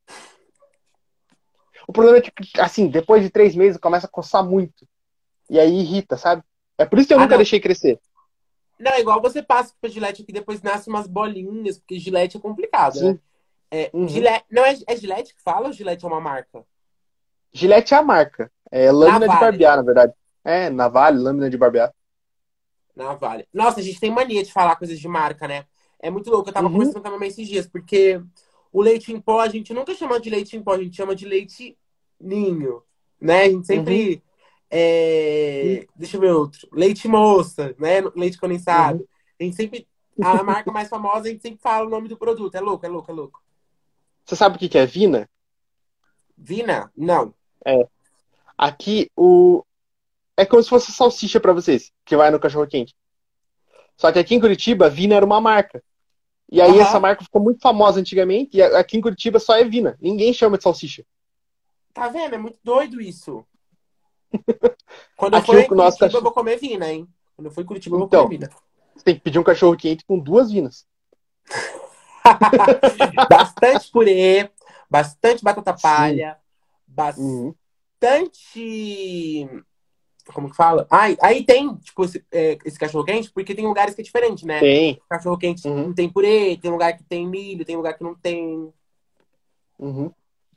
O problema é que, assim, depois de três meses começa a coçar muito. E aí irrita, sabe? É por isso que eu Ah, nunca não. deixei crescer. Não, é igual você passa com a gilete aqui, depois nasce umas bolinhas, porque gilete é complicado, né? Sim. É, Uhum. gilete, não, é, é gilete que fala ou gilete é uma marca? Gillette é a marca. É lâmina de Navalha, barbear, né? na verdade. É, navalha, lâmina de barbear. Navalha. Nossa, a gente tem mania de falar coisas de marca, né? É muito louco. Eu tava Uhum. conversando com a minha mãe esses dias, porque o leite em pó a gente nunca chama de leite em pó, a gente chama de leite ninho, né? A gente Uhum. sempre. é, Deixa eu ver outro. Leite moça, né? Leite Uhum. condensado. A gente sempre. A marca mais famosa, a gente sempre fala o nome do produto. É louco, é louco, é louco. Você sabe o que que é Vina? Vina? Não. É. Aqui, o... é como se fosse salsicha pra vocês, que vai no cachorro-quente. Só que aqui em Curitiba, Vina era uma marca. E aí essa Aham. marca ficou muito famosa antigamente, e aqui em Curitiba só é Vina. Ninguém chama de salsicha. Tá vendo? É muito doido isso. Quando eu Aqui for o em nosso Curitiba, eu cachorro. vou comer Vina, hein? Quando eu for em Curitiba, eu vou comer Então, Vina. você tem que pedir um cachorro-quente com duas Vinas. Bastante purê, bastante batata Sim. palha, Uhum. bastante. Como que fala? Ai, aí tem, tipo, esse, é, esse cachorro-quente, porque tem lugares que é diferente, né? Tem. Cachorro-quente Uhum. não tem purê, tem lugar que tem milho, tem lugar que não tem. Uhum.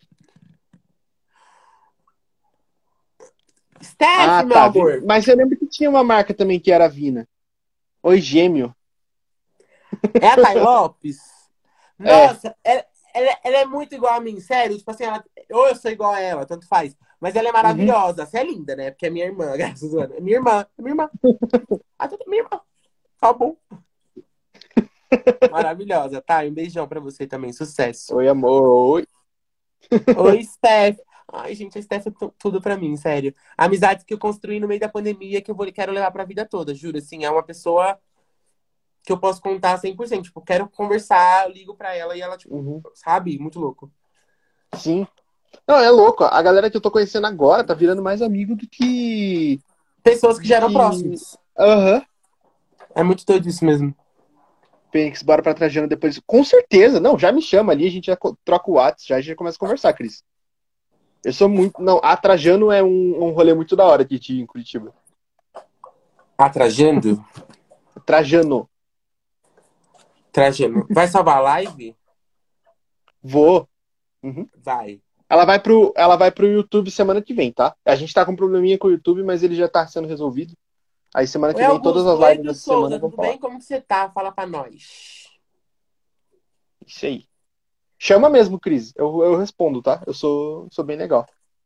Steph, Ah, meu tá. Vi- amor, Mas eu lembro que tinha uma marca também que era Vina. Oi, Gêmeo. é a Thay Lopes? É. Nossa, ela, ela- ela é muito igual a mim, sério. Tipo assim, ela, ou eu sou igual a ela, tanto faz. Mas ela é Uhum. maravilhosa. Você é linda, né? Porque é minha irmã, graças a Deus. É minha irmã, é minha irmã. Ah, tudo minha irmã. Tá bom. Maravilhosa, tá? Um beijão pra você também. Sucesso. Oi, amor. Oi. Oi, Steph. Ai, gente, a Steph é tu- tudo pra mim, sério. Amizades que eu construí no meio da pandemia que eu vou, quero levar pra vida toda, juro. Assim, é uma pessoa que eu posso contar cem por cento. Tipo, quero conversar, eu ligo pra ela e ela, tipo, Uhum. sabe? Muito louco. Sim. Não, é louco. A galera que eu tô conhecendo agora tá virando mais amigo do que. Pessoas que Do já eram que. próximas. Aham. É muito doido isso mesmo. Fênix, bora pra Trajano depois. Com certeza. Não, já me chama ali, a gente já co- troca o WhatsApp, já a gente já começa a conversar, Cris. Eu sou muito. Não, a Trajano é um, um rolê muito da hora de ti em Curitiba. Atrajando? Trajano. Trajando. Vai salvar a live? Vou. Uhum. Vai. Ela vai pro, ela vai pro YouTube semana que vem, tá? A gente tá com um probleminha com o YouTube, mas ele já tá sendo resolvido. Aí semana Oi, que vem, todas as Augusto. lives Edio dessa semana Souza, vão tudo falar. bem? Como que você tá? Fala pra nós. Isso aí. Chama mesmo, Cris. Eu, eu respondo, tá? Eu sou, sou bem legal.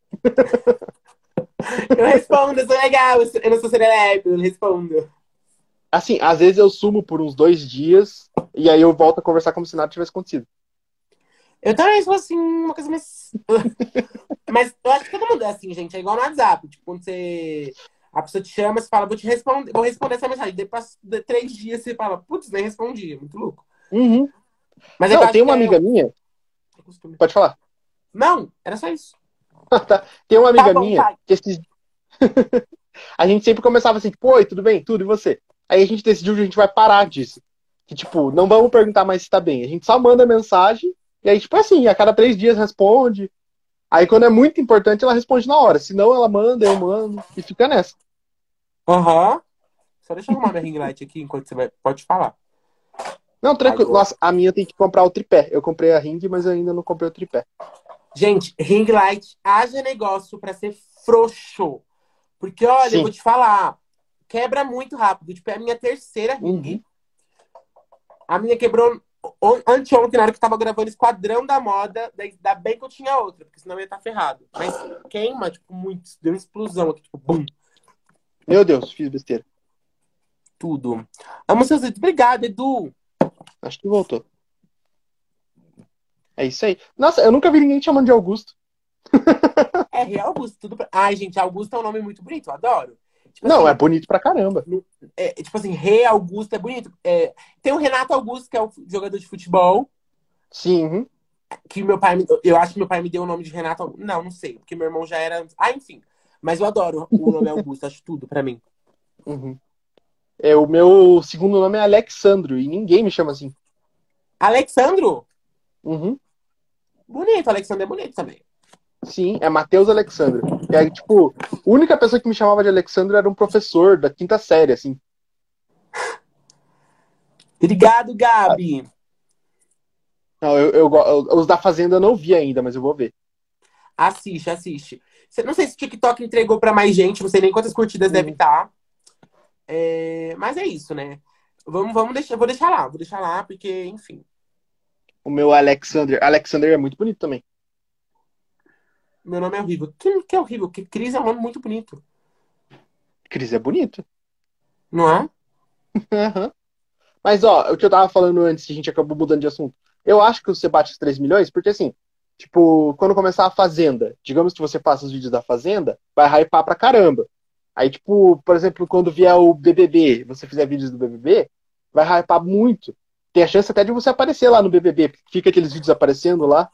Eu respondo, eu sou legal. Eu sou- eu não sou serelepe, eu respondo. Assim, às vezes eu sumo por uns dois dias e aí eu volto a conversar como se nada tivesse acontecido. Eu também sou assim, uma coisa mais. Mas eu acho que todo mundo é assim, gente. É igual no WhatsApp. Tipo, quando você. A pessoa te chama, você fala, vou te responder, vou responder essa mensagem. Depois de três dias você fala, putz, nem respondi. É muito louco. Uhum. Mas é que eu Não, tem acho que uma é amiga o minha. costume. Pode falar. Não, era só isso. Tá. Tem uma Tá amiga bom, minha tá. que esses... a gente sempre começava assim, tipo, oi, tudo bem? Tudo, e você? Aí a gente decidiu que a gente vai parar disso. Que, tipo, não vamos perguntar mais se tá bem. A gente só manda mensagem e aí, tipo assim, a cada três dias responde. Aí quando é muito importante, ela responde na hora. Se não, ela manda, eu mando. E fica nessa. Aham. Só deixa eu arrumar minha ring light aqui enquanto você vai. Pode falar. Não, tranquilo. Agora. Nossa, a minha tem que comprar o tripé. Eu comprei a ring, mas eu ainda não comprei o tripé. Gente, ring light, haja negócio pra ser frouxo. Porque, olha, eu Sim. vou te falar, quebra muito rápido. Tipo, é a minha terceira ring. Uhum. A minha quebrou on- anteontem, na hora que eu tava gravando Esquadrão da Moda. Daí, ainda bem que eu tinha outra, porque senão eu ia estar ferrado. Mas queima, tipo, muito. Deu uma explosão aqui, tipo, bum, Meu Deus, fiz besteira. tudo. Amo seus vídeos. Obrigada, Edu. Acho que voltou. É isso aí. Nossa, eu nunca vi ninguém te chamando de Augusto. É Rei Augusto, tudo pra... Ai, gente, Augusto é um nome muito bonito, eu adoro. Tipo Não, é assim, bonito pra caramba. é, tipo assim, Rei Augusto é bonito. É, tem o Renato Augusto, que é o jogador de futebol, Sim. Uhum. que meu pai, me- eu acho que meu pai me deu o nome de Renato Augusto. Não, não sei, porque meu irmão já era. Ah, enfim. Mas eu adoro o nome Augusto, acho tudo pra mim. Uhum. É, o meu segundo nome é Alexandro e ninguém me chama assim. Alexandro? Uhum. Bonito, Alexandro é bonito também. Sim, é Matheus Alexandro. E aí, tipo, a única pessoa que me chamava de Alexandro era um professor da quinta série, assim. Obrigado, Gabi. Não, eu, eu, eu- os da Fazenda eu não vi ainda, mas eu vou ver. Assiste, assiste. Cê- Não sei se o TikTok entregou pra mais gente, não sei nem quantas curtidas deve Uhum. estar. É, mas é isso, né? Vamos, vamos deixar, vou deixar lá, vou deixar lá, porque, enfim. O meu Alexander. Alexander é muito bonito também. Meu nome é horrível. Que, que é horrível? Que Cris é um nome muito bonito. Cris é bonito. Não é? Aham. Mas, ó, o que eu tava falando antes, que a gente acabou mudando de assunto. Eu acho que você bate os três milhões, porque assim, tipo, quando começar a Fazenda, digamos que você faça os vídeos da Fazenda, vai hypar pra caramba. Aí, tipo, por exemplo, quando vier o B B B, você fizer vídeos do B B B, vai hypar muito. Tem a chance até de você aparecer lá no B B B, porque fica aqueles vídeos aparecendo lá.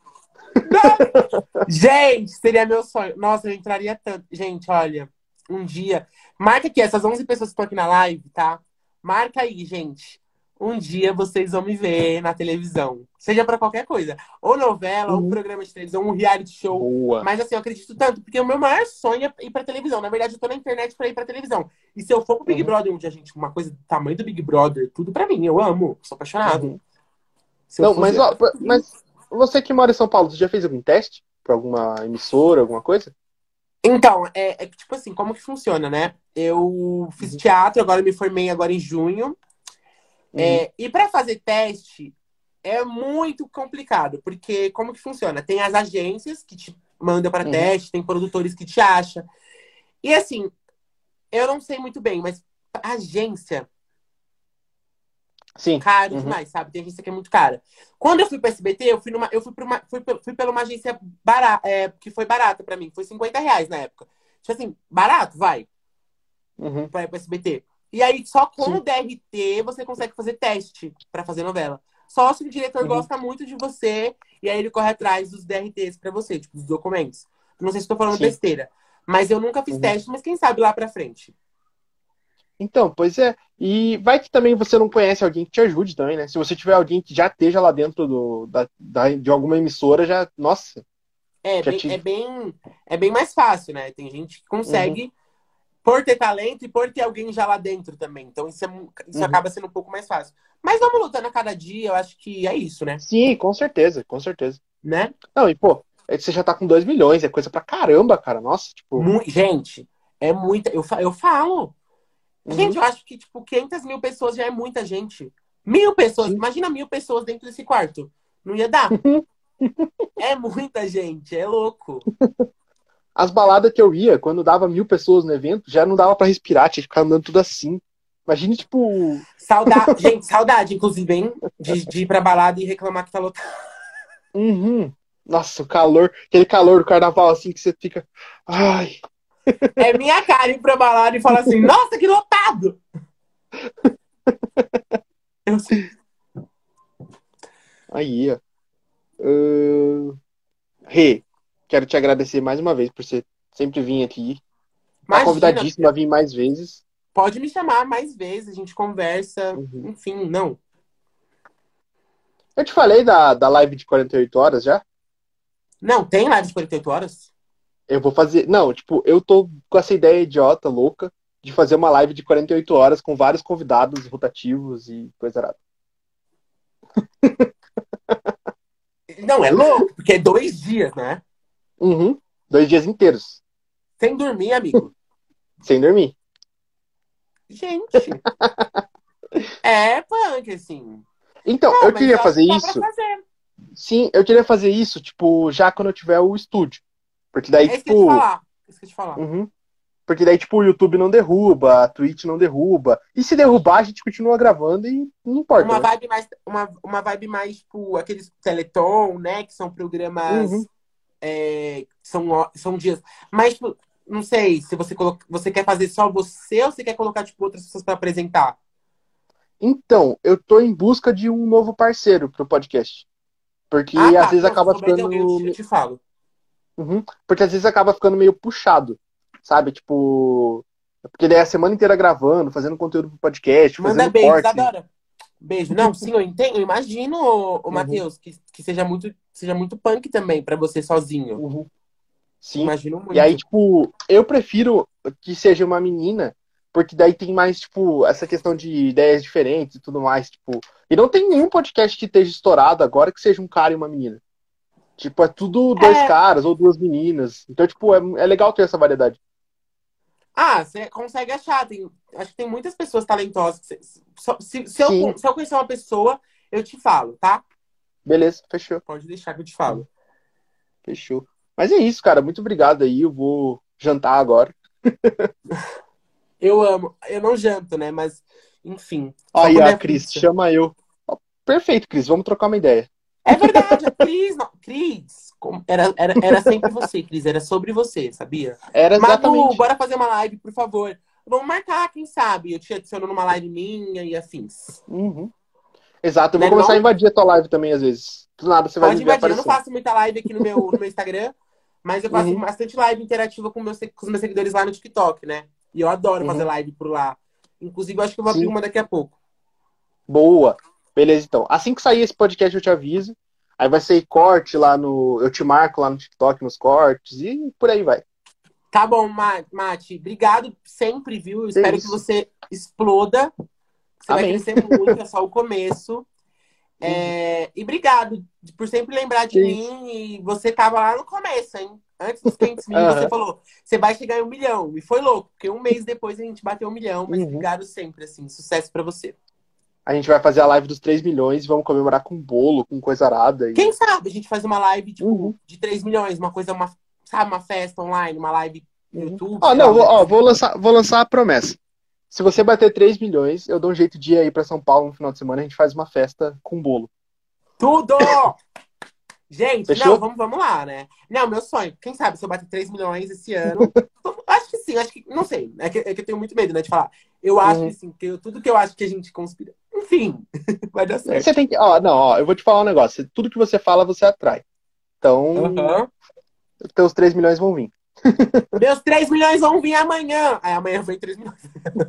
Gente, seria meu sonho. Nossa, eu entraria tanto. Gente, olha, um dia. Marca aqui, essas onze pessoas que estão aqui na live, tá? Marca aí, gente. Um dia vocês vão me ver na televisão. Seja pra qualquer coisa. Ou novela, ou Uhum. programa de televisão, um reality show. Boa. Mas assim, eu acredito tanto, porque o meu maior sonho é ir pra televisão. Na verdade, eu tô na internet pra ir pra televisão. E se eu for pro Big Uhum. Brother um dia, gente, uma coisa do tamanho do Big Brother, tudo pra mim. Eu amo, sou apaixonado. Uhum. Se eu Não, fosse. mas, ó, mas você que mora em São Paulo, você já fez algum teste pra alguma emissora, alguma coisa? Então, é, é que, tipo assim, como que funciona, né? Eu fiz Uhum. teatro, agora me formei agora em junho. Uhum. É, e para fazer teste é muito complicado, porque como que funciona? Tem as agências que te mandam para Uhum. teste, tem produtores que te acham. E assim, eu não sei muito bem, mas agência, Sim. caro Uhum. demais, sabe? Tem agência que é muito cara. Quando eu fui para S B T, eu fui numa, eu fui, pra uma, fui, pe- fui pela uma agência barata, é, que foi barata para mim, foi cinquenta reais na época. Tipo assim, barato, vai. Uhum. Para ir pro S B T. E aí, só com Sim. o D R T você consegue fazer teste para fazer novela. Só se o diretor Uhum. gosta muito de você e aí ele corre atrás dos D R Ts para você, tipo, dos documentos. Não sei se estou falando Sim. besteira, mas eu nunca fiz Uhum. teste, mas quem sabe lá para frente. Então, pois é. E vai que também você não conhece alguém que te ajude também, né? Se você tiver alguém que já esteja lá dentro do, da, da- de alguma emissora, já. Nossa, É já bem, te. é bem, é bem mais fácil, né? Tem gente que Uhum. consegue por ter talento e por ter alguém já lá dentro também. Então isso, é, mu- isso Uhum. acaba sendo um pouco mais fácil. Mas vamos lutando a cada dia, eu acho que é isso, né? Sim, com certeza, com certeza. Né? Não, e pô, é, você já tá com dois milhões, é coisa pra caramba, cara. Nossa, tipo. Mu- Gente, é muita. Eu, fa- eu falo. Gente, Uhum. eu acho que, tipo, quinhentas mil pessoas já é muita gente. Mil pessoas. Sim. Imagina mil pessoas dentro desse quarto. Não ia dar. É muita gente. É louco. As baladas que eu ia, quando dava mil pessoas no evento, já não dava pra respirar, tinha que ficar andando tudo assim. Imagine, tipo. Saudade. Gente, saudade, inclusive, hein? De, de ir pra balada e reclamar que tá lotado. Uhum. Nossa, o calor, aquele calor do carnaval assim que você fica. Ai. É minha cara ir pra balada e falar assim: nossa, que lotado! Eu sei. Aí, ó. Ahn, Rê, quero te agradecer mais uma vez por você sempre vir aqui. Tá Imagina, convidadíssimo a vir mais vezes. pode me chamar mais vezes, a gente conversa. Uhum. Enfim, não. Eu te falei da, da live de quarenta e oito horas já? Não, tem live de quarenta e oito horas? Eu vou fazer. Não, tipo, eu tô com essa ideia idiota, louca, de fazer uma live de quarenta e oito horas com vários convidados rotativos e coisa arada. Não, é louco, porque é dois dias, né? Uhum. Dois dias inteiros, Sem dormir, amigo. sem dormir. Gente, é punk, assim. Então, Não, eu mas queria eu acho fazer que dá pra isso. fazer. Sim, eu queria fazer isso, tipo, já quando eu tiver o estúdio. Porque daí, É isso que eu ia te tipo. falar. É isso que eu ia te falar. Uhum. Porque daí, tipo, o YouTube não derruba, a Twitch não derruba. E se derrubar, a gente continua gravando e não importa, Uma né? vibe mais, uma, uma vibe mais, tipo, aqueles Teleton, né? Que são programas. Uhum. É, são, ó- são dias. Mas, tipo, não sei se você, coloca, você quer fazer só você ou você quer colocar, tipo, outras pessoas pra apresentar. Então, eu tô em busca de um novo parceiro pro podcast. Ah, Porque às tá. vezes Não, se acaba souber de alguém, eu te, eu ficando. te falo. Uhum. Porque às vezes acaba ficando meio puxado, sabe? Tipo. Porque daí é a semana inteira gravando, fazendo conteúdo pro podcast, Manda fazendo beijos, corte. adora. Beijo. Não, sim, eu entendo. Eu imagino, o Uhum. Matheus, que, que seja muito, seja muito punk também pra você sozinho. Uhum. Sim. Imagino E aí, muito. tipo, eu prefiro que seja uma menina, porque daí tem mais, tipo, essa questão de ideias diferentes e tudo mais, tipo. E não tem nenhum podcast que esteja estourado agora que seja um cara e uma menina. Tipo, é tudo dois É. caras ou duas meninas. Então, tipo, é, é legal ter essa variedade. Ah, você consegue achar. Tem, acho que tem muitas pessoas talentosas. que cê- só- se, se, eu, Sim, con- se eu conhecer uma pessoa, eu te falo, tá? beleza, fechou. Pode deixar que eu te falo. Fechou. Mas é isso, cara. Muito obrigado aí. Eu vou jantar agora. Eu amo. Eu não janto, né? Mas, enfim, só Aí, comer a a Cris, pizza. chama eu. Ó, perfeito, Cris. Vamos trocar uma ideia. É verdade, a Cris, não, Cris, como- era, era, era sempre você, Cris, era sobre você, sabia? Era Manu, exatamente. bora fazer uma live, por favor. Vamos marcar, quem sabe? Eu te adiciono numa live minha e afins. Uhum. Exato. Eu vou Né, começar a não? invadir a tua live também, às vezes. Do nada você vai me Pode ver invadir. Eu não aparecendo. faço muita live aqui no meu, no meu Instagram, mas eu faço Uhum. bastante live interativa com, meus, com os meus seguidores lá no TikTok, né? E eu adoro fazer Uhum. live por lá. Inclusive, eu acho que eu vou abrir Sim. uma daqui a pouco. Boa. Beleza, então. Assim que sair esse podcast, eu te aviso. Aí vai ser corte lá no. Eu te marco lá no TikTok nos cortes e por aí vai. Tá bom, Ma- Mati. Obrigado sempre, viu? Eu É espero que isso. você exploda. Você vai Amém. crescer muito, é só o começo. Uhum. É, e obrigado por sempre lembrar de Que isso. mim. E você tava lá no começo, hein? Antes dos quinhentos mil, você Aham. falou, você vai chegar em um milhão. E foi louco, porque um mês depois a gente bateu um milhão. Mas Uhum. obrigado sempre, assim. Sucesso pra você. A gente vai fazer a live dos três milhões e vamos comemorar com bolo, com coisa arada. E... Quem sabe a gente faz uma live, tipo, Uhum. de três milhões, uma coisa, uma, sabe, uma festa online, uma live no Uhum. YouTube, Ó, sei lá, não, um vou, ó, negócio. vou lançar, vou lançar a promessa. Se você bater três milhões, eu dou um jeito de ir aí pra São Paulo no final de semana, a gente faz uma festa com bolo. Tudo! Gente, não, Fechou? vamos, vamos lá, né? Não, meu sonho, quem sabe se eu bater três milhões esse ano. Acho que sim, acho que. Não sei. É que, é que eu tenho muito medo, né, de falar. Eu acho que Uhum. sim, porque eu- tudo que eu acho que a gente conspira. Enfim, vai dar Você certo. tem que. Ó, não, ó, eu vou te falar um negócio. Tudo que você fala, você atrai. Então, Aham. teus três milhões vão vir. Meus três milhões vão vir amanhã. Aí amanhã vem três milhões.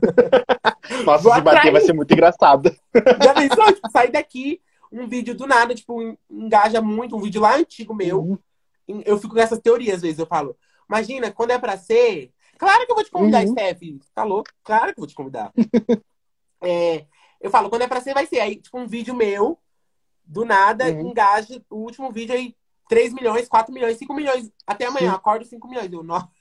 Nossa, Vou se bater vai ser atrair. muito engraçado. Já pensou? Tipo, sair daqui, um vídeo do nada, tipo, en- engaja muito, um vídeo lá antigo meu. Uhum. Eu fico com essas teorias, às vezes, eu falo, imagina, quando é pra ser. Claro que eu vou te convidar, Uhum. Steph. Tá louco? Claro que eu vou te convidar. É, eu falo, quando é pra ser, vai ser. Aí, tipo, um vídeo meu, do nada, Uhum. engaja o último vídeo aí, três milhões, quatro milhões, cinco milhões. Até amanhã, Sim. acordo cinco milhões. Eu, não.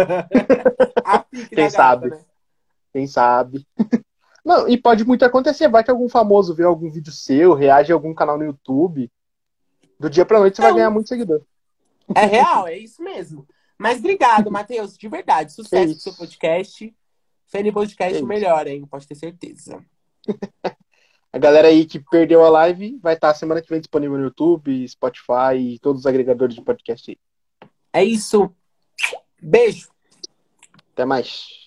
A pique da Quem gata, sabe? né? Quem sabe? Não, e pode muito acontecer. Vai que algum famoso vê algum vídeo seu, reage a algum canal no YouTube. Do dia pra noite você vai ganhar Não, muito seguidor. é real, é isso mesmo. Mas obrigado, Matheus, de verdade. Que Sucesso pro seu isso. podcast. Fene Que Podcast o isso. melhor, hein? Pode ter certeza. A galera aí que perdeu a live vai estar semana que vem disponível no YouTube, Spotify e todos os agregadores de podcast aí. É isso. Beijo. Até mais.